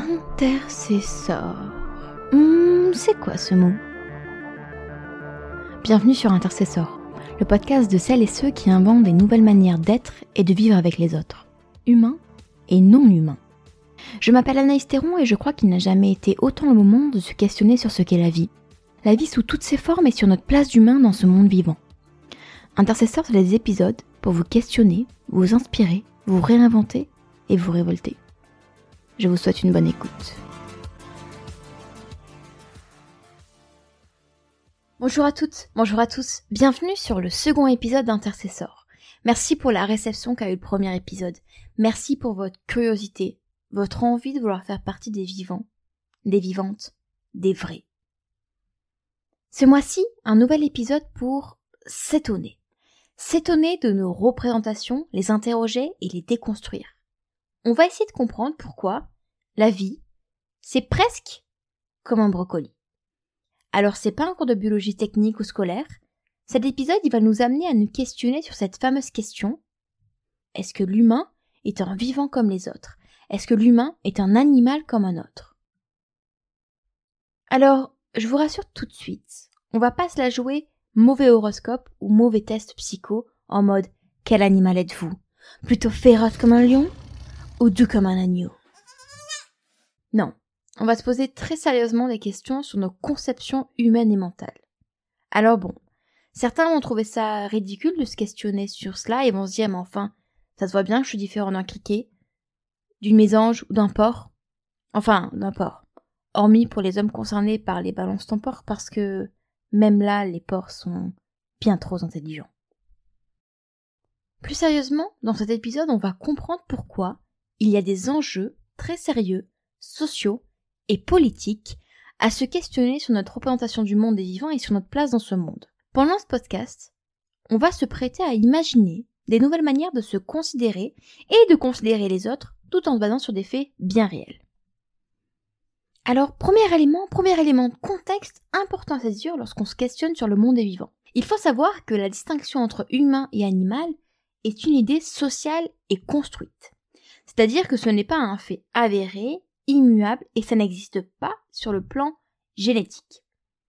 Intercesseur. C'est quoi ce mot ? Bienvenue sur Intercesseur, le podcast de celles et ceux qui inventent des nouvelles manières d'être et de vivre avec les autres, humains et non humains. Je m'appelle Anaïs Théron et je crois qu'il n'a jamais été autant le moment de se questionner sur ce qu'est la vie sous toutes ses formes et sur notre place d'humain dans ce monde vivant. Intercesseur, c'est des épisodes pour vous questionner, vous inspirer, vous réinventer et vous révolter. Je vous souhaite une bonne écoute. Bonjour à toutes, bonjour à tous, bienvenue sur le second épisode d'Intercesseur. Merci pour la réception qu'a eu le premier épisode. Merci pour votre curiosité, votre envie de vouloir faire partie des vivants, des vivantes, des vrais. Ce mois-ci, un nouvel épisode pour s'étonner. S'étonner de nos représentations, les interroger et les déconstruire. On va essayer de comprendre pourquoi la vie, c'est presque comme un brocoli. Alors c'est pas un cours de biologie technique ou scolaire, cet épisode il va nous amener à nous questionner sur cette fameuse question: est-ce que l'humain est un vivant comme les autres ? Est-ce que l'humain est un animal comme un autre ? Alors, je vous rassure tout de suite, on va pas se la jouer mauvais horoscope ou mauvais test psycho en mode « quel animal êtes-vous ? Plutôt féroce comme un lion ou doux comme un agneau ?» Non, on va se poser très sérieusement des questions sur nos conceptions humaines et mentales. Alors bon, certains vont trouver ça ridicule de se questionner sur cela et vont se dire « mais enfin, ça se voit bien que je suis différent d'un criquet, d'une mésange ou d'un porc. » Enfin, d'un porc. Hormis pour les hommes concernés par les balances ton porc parce que même là, les porcs sont bien trop intelligents. Plus sérieusement, dans cet épisode, on va comprendre pourquoi il y a des enjeux très sérieux, sociaux et politiques à se questionner sur notre représentation du monde des vivants et sur notre place dans ce monde. Pendant ce podcast, on va se prêter à imaginer des nouvelles manières de se considérer et de considérer les autres tout en se basant sur des faits bien réels. Alors, premier élément de contexte important à saisir lorsqu'on se questionne sur le monde des vivants. Il faut savoir que la distinction entre humain et animal est une idée sociale et construite. C'est-à-dire que ce n'est pas un fait avéré, immuable, et ça n'existe pas sur le plan génétique.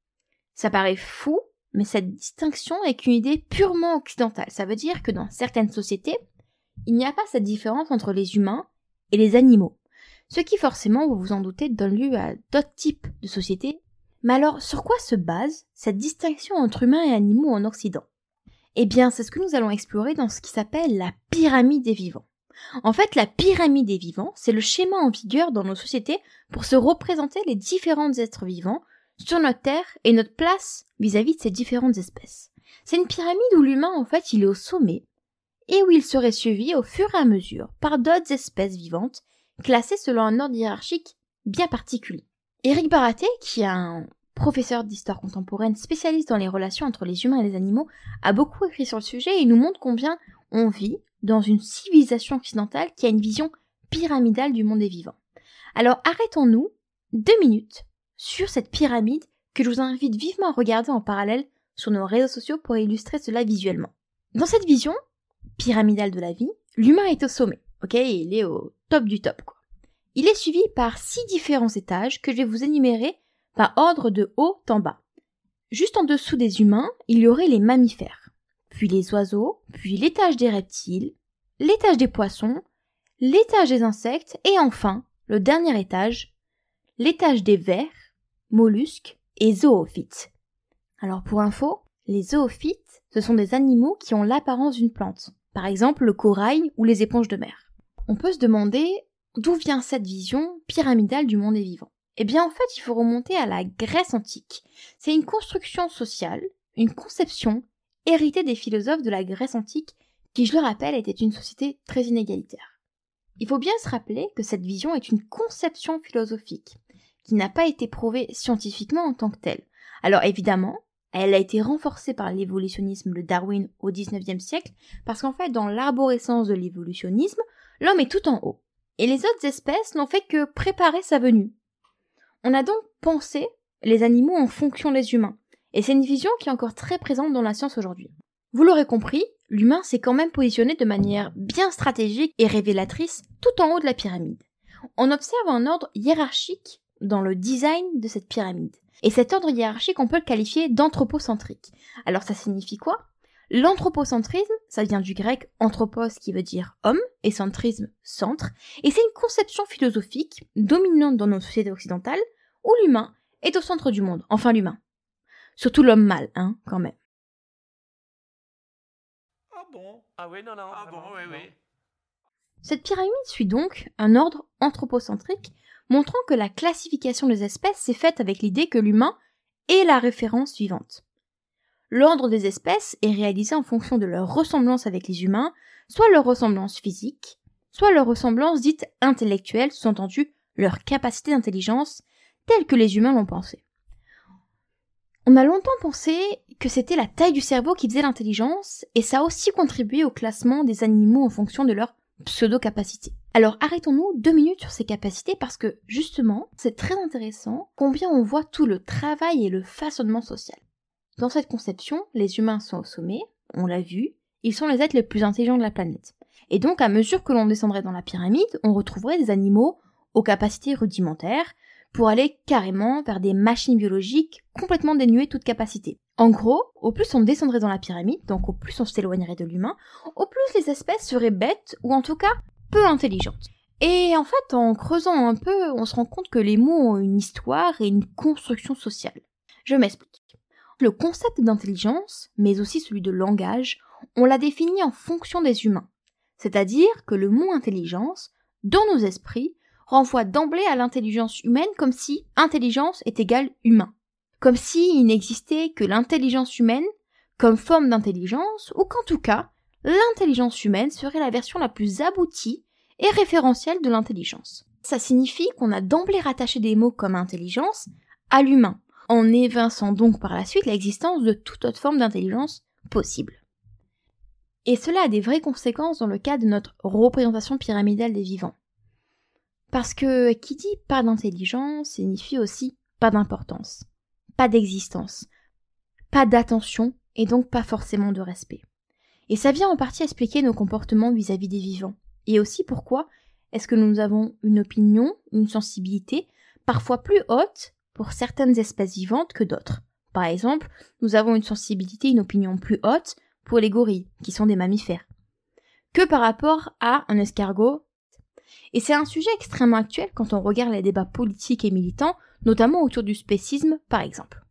Ça paraît fou, mais cette distinction est qu'une idée purement occidentale. Ça veut dire que dans certaines sociétés, il n'y a pas cette différence entre les humains et les animaux. Ce qui forcément, vous vous en doutez, donne lieu à d'autres types de sociétés. Mais alors, sur quoi se base cette distinction entre humains et animaux en Occident ? Eh bien, c'est ce que nous allons explorer dans ce qui s'appelle la pyramide des vivants. En fait, la pyramide des vivants, c'est le schéma en vigueur dans nos sociétés pour se représenter les différents êtres vivants sur notre Terre et notre place vis-à-vis de ces différentes espèces. C'est une pyramide où l'humain, en fait, il est au sommet et où il serait suivi au fur et à mesure par d'autres espèces vivantes classées selon un ordre hiérarchique bien particulier. Éric Baraté, qui est un professeur d'histoire contemporaine spécialiste dans les relations entre les humains et les animaux, a beaucoup écrit sur le sujet et il nous montre combien on vit dans une civilisation occidentale qui a une vision pyramidale du monde des vivants. Alors arrêtons-nous 2 minutes sur cette pyramide que je vous invite vivement à regarder en parallèle sur nos réseaux sociaux pour illustrer cela visuellement. Dans cette vision pyramidale de la vie, l'humain est au sommet, ok ? Il est au top du top, quoi. Il est suivi par 6 différents étages que je vais vous énumérer par ordre de haut en bas. Juste en dessous des humains, il y aurait les mammifères, puis les oiseaux, puis l'étage des reptiles, l'étage des poissons, l'étage des insectes et enfin, le dernier étage, l'étage des vers, mollusques et zoophytes. Alors pour info, les zoophytes, ce sont des animaux qui ont l'apparence d'une plante, par exemple le corail ou les éponges de mer. On peut se demander d'où vient cette vision pyramidale du monde des vivants. Eh bien en fait, il faut remonter à la Grèce antique. C'est une construction sociale, une conception héritée des philosophes de la Grèce antique qui, je le rappelle, était une société très inégalitaire. Il faut bien se rappeler que cette vision est une conception philosophique qui n'a pas été prouvée scientifiquement en tant que telle. Alors évidemment, elle a été renforcée par l'évolutionnisme de Darwin au XIXe siècle parce qu'en fait, dans l'arborescence de l'évolutionnisme, l'homme est tout en haut. Et les autres espèces n'ont fait que préparer sa venue. On a donc pensé les animaux en fonction des humains. Et c'est une vision qui est encore très présente dans la science aujourd'hui. Vous l'aurez compris, l'humain s'est quand même positionné de manière bien stratégique et révélatrice tout en haut de la pyramide. on observe un ordre hiérarchique dans le design de cette pyramide. Et cet ordre hiérarchique, on peut le qualifier d'anthropocentrique. Alors ça signifie quoi ? L'anthropocentrisme, ça vient du grec anthropos qui veut dire homme, et centrisme, centre, et c'est une conception philosophique dominante dans nos sociétés occidentales où l'humain est au centre du monde, enfin l'humain. Surtout l'homme mâle, quand même. Ah bon ? Ah oui, non. Ah bon, oui. Cette pyramide suit donc un ordre anthropocentrique, montrant que la classification des espèces s'est faite avec l'idée que l'humain est la référence suivante. L'ordre des espèces est réalisé en fonction de leur ressemblance avec les humains, soit leur ressemblance physique, soit leur ressemblance dite intellectuelle, sous-entendu leur capacité d'intelligence, telle que les humains l'ont pensé. On a longtemps pensé que c'était la taille du cerveau qui faisait l'intelligence, et ça a aussi contribué au classement des animaux en fonction de leur pseudo-capacités. Alors arrêtons-nous 2 minutes sur ces capacités parce que justement, c'est très intéressant combien on voit tout le travail et le façonnement social. Dans cette conception, les humains sont au sommet, on l'a vu, ils sont les êtres les plus intelligents de la planète. Et donc à mesure que l'on descendrait dans la pyramide, on retrouverait des animaux aux capacités rudimentaires pour aller carrément vers des machines biologiques complètement dénuées de toute capacité. En gros, au plus on descendrait dans la pyramide, donc au plus on s'éloignerait de l'humain, au plus les espèces seraient bêtes, ou en tout cas peu intelligentes. Et en fait, en creusant un peu, on se rend compte que les mots ont une histoire et une construction sociale. Je m'explique. Le concept d'intelligence, mais aussi celui de langage, on l'a défini en fonction des humains. C'est-à-dire que le mot intelligence, dans nos esprits, renvoie d'emblée à l'intelligence humaine comme si intelligence est égale humain. Comme s'il n'existait que l'intelligence humaine comme forme d'intelligence, ou qu'en tout cas, l'intelligence humaine serait la version la plus aboutie et référentielle de l'intelligence. Ça signifie qu'on a d'emblée rattaché des mots comme intelligence à l'humain, en évinçant donc par la suite l'existence de toute autre forme d'intelligence possible. Et cela a des vraies conséquences dans le cas de notre représentation pyramidale des vivants. Parce que qui dit pas d'intelligence signifie aussi pas d'importance, pas d'existence, pas d'attention et donc pas forcément de respect. Et ça vient en partie expliquer nos comportements vis-à-vis des vivants. Et aussi pourquoi est-ce que nous avons une opinion, une sensibilité, parfois plus haute pour certaines espèces vivantes que d'autres. Par exemple, nous avons une sensibilité, une opinion plus haute pour les gorilles, qui sont des mammifères, que par rapport à un escargot. Et c'est un sujet extrêmement actuel quand on regarde les débats politiques et militants, notamment autour du spécisme, par exemple.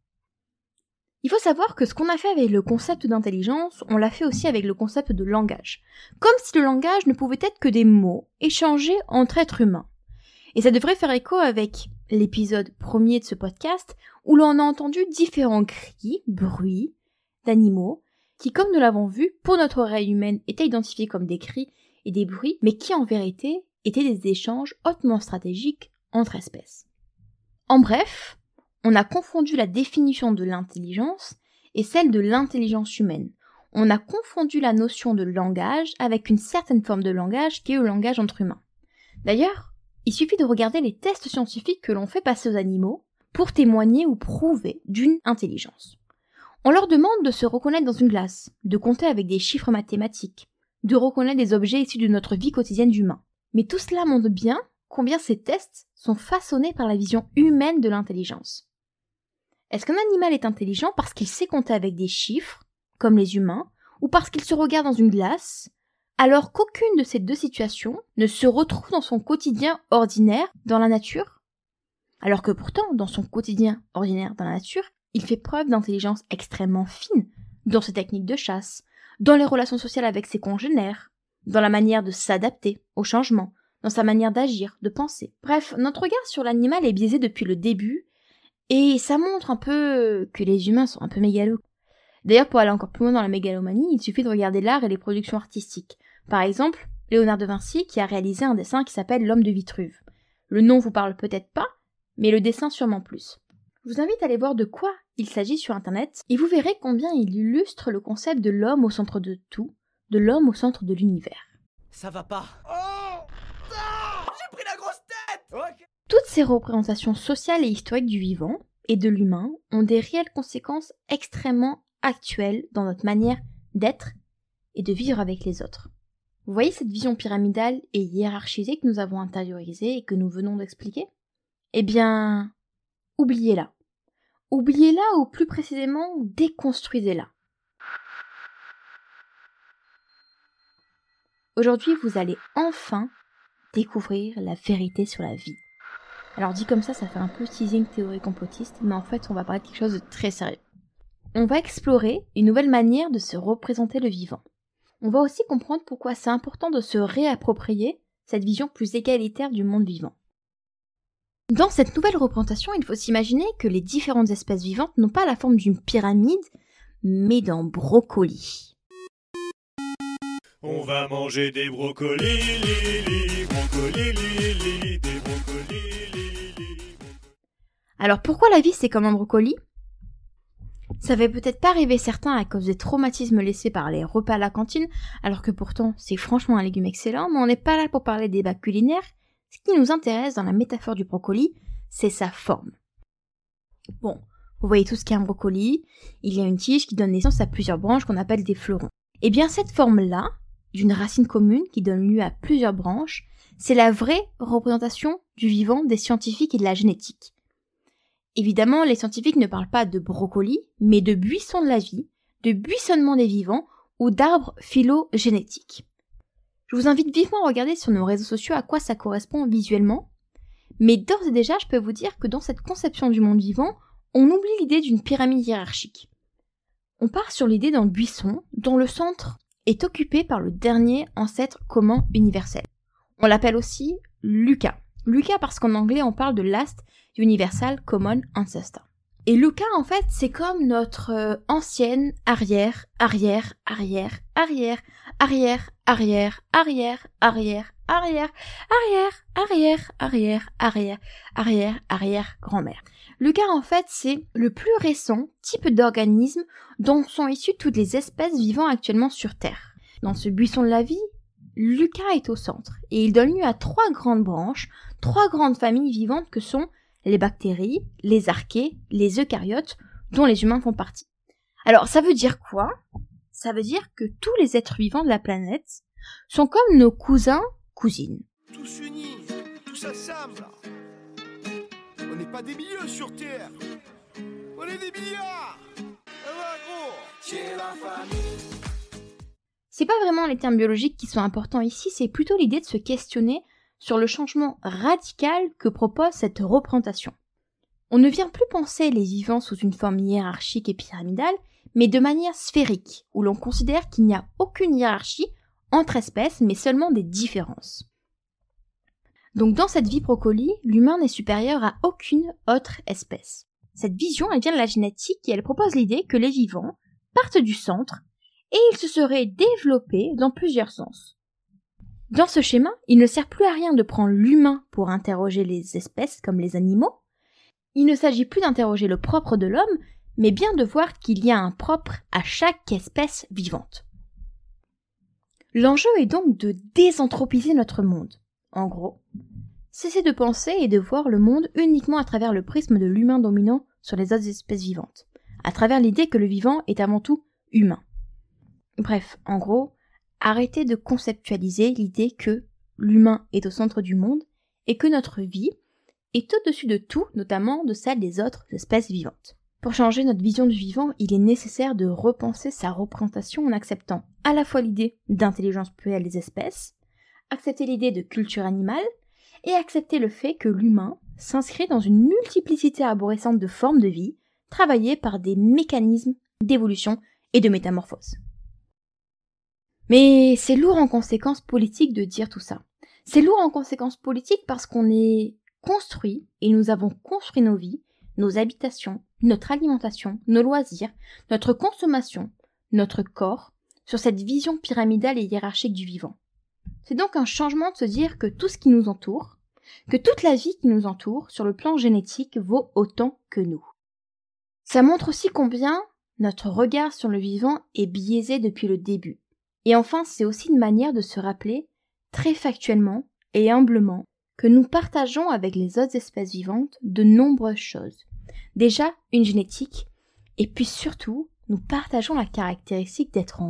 Il faut savoir que ce qu'on a fait avec le concept d'intelligence, on l'a fait aussi avec le concept de langage. Comme si le langage ne pouvait être que des mots échangés entre êtres humains. Et ça devrait faire écho avec l'épisode 1er de ce podcast, où l'on a entendu différents cris, bruits, d'animaux, qui, comme nous l'avons vu, pour notre oreille humaine, étaient identifiés comme des cris et des bruits, mais qui en vérité étaient des échanges hautement stratégiques entre espèces. En bref, on a confondu la définition de l'intelligence et celle de l'intelligence humaine. On a confondu la notion de langage avec une certaine forme de langage qui est le langage entre humains. D'ailleurs, il suffit de regarder les tests scientifiques que l'on fait passer aux animaux pour témoigner ou prouver d'une intelligence. On leur demande de se reconnaître dans une glace, de compter avec des chiffres mathématiques, de reconnaître des objets issus de notre vie quotidienne d'humain. Mais tout cela montre bien combien ces tests sont façonnés par la vision humaine de l'intelligence. Est-ce qu'un animal est intelligent parce qu'il sait compter avec des chiffres, comme les humains, ou parce qu'il se regarde dans une glace, alors qu'aucune de ces deux situations ne se retrouve dans son quotidien ordinaire dans la nature? Alors que pourtant, dans son quotidien ordinaire dans la nature, il fait preuve d'intelligence extrêmement fine dans ses techniques de chasse, dans les relations sociales avec ses congénères, dans la manière de s'adapter aux changements, dans sa manière d'agir, de penser. Bref, notre regard sur l'animal est biaisé depuis le début, et ça montre un peu que les humains sont un peu mégalos. D'ailleurs, pour aller encore plus loin dans la mégalomanie, il suffit de regarder l'art et les productions artistiques. Par exemple, Léonard de Vinci qui a réalisé un dessin qui s'appelle L'homme de Vitruve. Le nom vous parle peut-être pas, mais le dessin sûrement plus. Je vous invite à aller voir de quoi il s'agit sur internet, et vous verrez combien il illustre le concept de l'homme au centre de tout, de l'homme au centre de l'univers. Ça va pas. Oh non, j'ai pris la grosse tête. Okay. Toutes ces représentations sociales et historiques du vivant et de l'humain ont des réelles conséquences extrêmement actuelles dans notre manière d'être et de vivre avec les autres. Vous voyez cette vision pyramidale et hiérarchisée que nous avons intériorisée et que nous venons d'expliquer ? Eh bien, oubliez-la. Oubliez-la ou plus précisément, déconstruisez-la. Aujourd'hui, vous allez enfin découvrir la vérité sur la vie. Alors dit comme ça fait un peu teasing théorie complotiste, mais en fait, on va parler de quelque chose de très sérieux. On va explorer une nouvelle manière de se représenter le vivant. On va aussi comprendre pourquoi c'est important de se réapproprier cette vision plus égalitaire du monde vivant. Dans cette nouvelle représentation, il faut s'imaginer que les différentes espèces vivantes n'ont pas la forme d'une pyramide, mais d'un brocoli. On va manger des brocolis, des brocolis. Alors pourquoi la vie c'est comme un brocoli ? Ça va peut-être pas arriver certains à cause des traumatismes laissés par les repas à la cantine, alors que pourtant c'est franchement un légume excellent, mais on n'est pas là pour parler des bacs culinaires. Ce qui nous intéresse dans la métaphore du brocoli, c'est sa forme. Bon, vous voyez tout ce qu'est un brocoli, il y a une tige qui donne naissance à plusieurs branches qu'on appelle des fleurons. Et bien cette forme-là, d'une racine commune qui donne lieu à plusieurs branches, c'est la vraie représentation du vivant des scientifiques et de la génétique. Évidemment, les scientifiques ne parlent pas de brocoli, mais de buissons de la vie, de buissonnement des vivants ou d'arbres phylogénétiques. Je vous invite vivement à regarder sur nos réseaux sociaux à quoi ça correspond visuellement, mais d'ores et déjà, je peux vous dire que dans cette conception du monde vivant, on oublie l'idée d'une pyramide hiérarchique. On part sur l'idée d'un buisson dont le centre est occupé par le dernier ancêtre commun universel. On l'appelle aussi Luca. Luca parce qu'en anglais on parle de Last Universal Common Ancestor. Et Luca en fait c'est comme notre ancienne arrière grand-mère. Luca en fait c'est le plus récent type d'organisme dont sont issues toutes les espèces vivant actuellement sur Terre. Dans ce buisson de la vie, Luca est au centre et il donne lieu à 3 grandes branches, 3 grandes familles vivantes que sont les bactéries, les archées, les eucaryotes, dont les humains font partie. Alors ça veut dire quoi ? Ça veut dire que tous les êtres vivants de la planète sont comme nos cousins-cousines. Tous unis, tous ensemble. On n'est pas des milieux sur Terre. On est des milliards. Ah ouais, gros. C'est la famille. C'est pas vraiment les termes biologiques qui sont importants ici, c'est plutôt l'idée de se questionner sur le changement radical que propose cette représentation. On ne vient plus penser les vivants sous une forme hiérarchique et pyramidale, mais de manière sphérique, où l'on considère qu'il n'y a aucune hiérarchie entre espèces, mais seulement des différences. Donc dans cette vie brocoli, l'humain n'est supérieur à aucune autre espèce. Cette vision, elle vient de la génétique et elle propose l'idée que les vivants partent du centre et ils se seraient développés dans plusieurs sens. Dans ce schéma, il ne sert plus à rien de prendre l'humain pour interroger les espèces comme les animaux. Il ne s'agit plus d'interroger le propre de l'homme, mais bien de voir qu'il y a un propre à chaque espèce vivante. L'enjeu est donc de désanthropiser notre monde. En gros, cesser de penser et de voir le monde uniquement à travers le prisme de l'humain dominant sur les autres espèces vivantes, à travers l'idée que le vivant est avant tout humain. Bref, en gros, arrêtez de conceptualiser l'idée que l'humain est au centre du monde et que notre vie est au-dessus de tout, notamment de celle des autres espèces vivantes. Pour changer notre vision du vivant, il est nécessaire de repenser sa représentation en acceptant à la fois l'idée d'intelligence plurielle des espèces, accepter l'idée de culture animale et accepter le fait que l'humain s'inscrit dans une multiplicité arborescente de formes de vie travaillées par des mécanismes d'évolution et de métamorphose. Mais c'est lourd en conséquences politiques de dire tout ça. C'est lourd en conséquences politiques parce qu'on est construit et nous avons construit nos vies, nos habitations, notre alimentation, nos loisirs, notre consommation, notre corps, sur cette vision pyramidale et hiérarchique du vivant. C'est donc un changement de se dire que tout ce qui nous entoure, que toute la vie qui nous entoure sur le plan génétique vaut autant que nous. Ça montre aussi combien notre regard sur le vivant est biaisé depuis le début. Et enfin, c'est aussi une manière de se rappeler, très factuellement et humblement, que nous partageons avec les autres espèces vivantes de nombreuses choses. Déjà, une génétique, et puis surtout, nous partageons la caractéristique d'être en vie,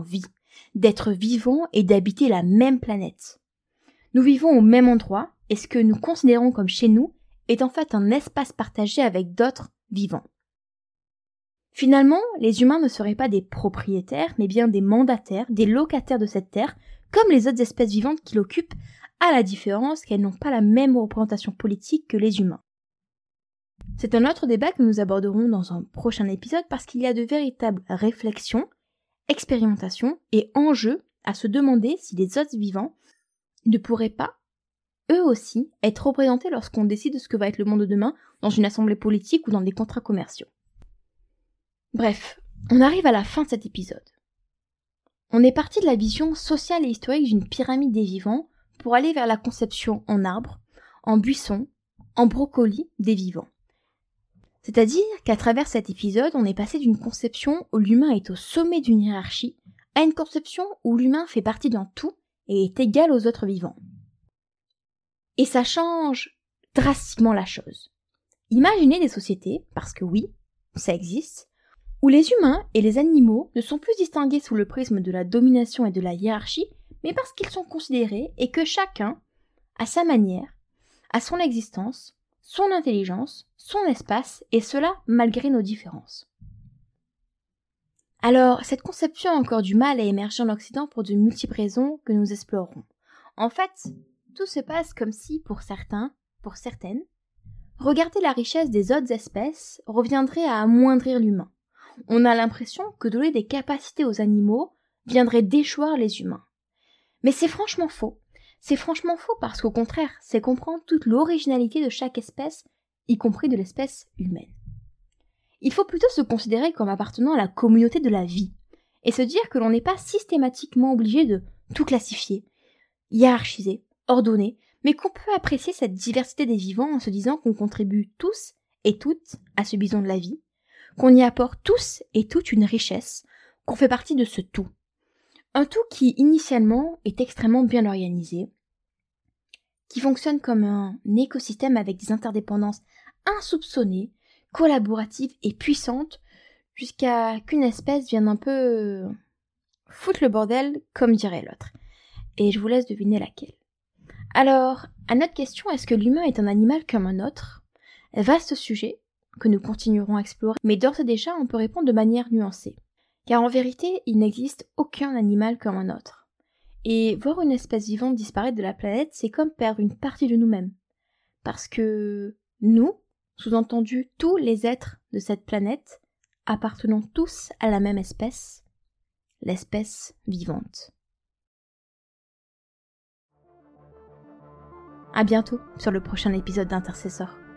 d'être vivants et d'habiter la même planète. Nous vivons au même endroit et ce que nous considérons comme chez nous est en fait un espace partagé avec d'autres vivants. Finalement, les humains ne seraient pas des propriétaires, mais bien des mandataires, des locataires de cette terre, comme les autres espèces vivantes qui l'occupent, à la différence qu'elles n'ont pas la même représentation politique que les humains. C'est un autre débat que nous aborderons dans un prochain épisode parce qu'il y a de véritables réflexions, expérimentations et enjeux à se demander si les autres vivants ne pourraient pas, eux aussi, être représentés lorsqu'on décide de ce que va être le monde de demain dans une assemblée politique ou dans des contrats commerciaux. Bref, on arrive à la fin de cet épisode. On est parti de la vision sociale et historique d'une pyramide des vivants pour aller vers la conception en arbre, en buisson, en brocoli des vivants. C'est-à-dire qu'à travers cet épisode, on est passé d'une conception où l'humain est au sommet d'une hiérarchie à une conception où l'humain fait partie d'un tout et est égal aux autres vivants. Et ça change drastiquement la chose. Imaginez des sociétés, parce que oui, ça existe, où les humains et les animaux ne sont plus distingués sous le prisme de la domination et de la hiérarchie, mais parce qu'ils sont considérés et que chacun, à sa manière, a son existence, son intelligence, son espace, et cela malgré nos différences. Alors, cette conception a encore du mal à émerger en Occident pour de multiples raisons que nous explorerons. En fait, tout se passe comme si, pour certains, pour certaines, regarder la richesse des autres espèces reviendrait à amoindrir l'humain. On a l'impression que donner des capacités aux animaux viendrait déchoir les humains. Mais c'est franchement faux. C'est franchement faux parce qu'au contraire, c'est comprendre toute l'originalité de chaque espèce, y compris de l'espèce humaine. Il faut plutôt se considérer comme appartenant à la communauté de la vie, et se dire que l'on n'est pas systématiquement obligé de tout classifier, hiérarchiser, ordonner, mais qu'on peut apprécier cette diversité des vivants en se disant qu'on contribue tous et toutes à ce bison de la vie, qu'on y apporte tous et toutes une richesse, qu'on fait partie de ce tout. Un tout qui, initialement, est extrêmement bien organisé, qui fonctionne comme un écosystème avec des interdépendances insoupçonnées, collaboratives et puissantes, jusqu'à qu'une espèce vienne un peu foutre le bordel, comme dirait l'autre. Et je vous laisse deviner laquelle. Alors, à notre question, est-ce que l'humain est un animal comme un autre ? Vaste sujet, que nous continuerons à explorer, mais d'ores et déjà, on peut répondre de manière nuancée. Car en vérité, il n'existe aucun animal comme un autre. Et voir une espèce vivante disparaître de la planète, c'est comme perdre une partie de nous-mêmes. Parce que nous, sous-entendu tous les êtres de cette planète, appartenons tous à la même espèce, l'espèce vivante. À bientôt sur le prochain épisode d'Intercessor.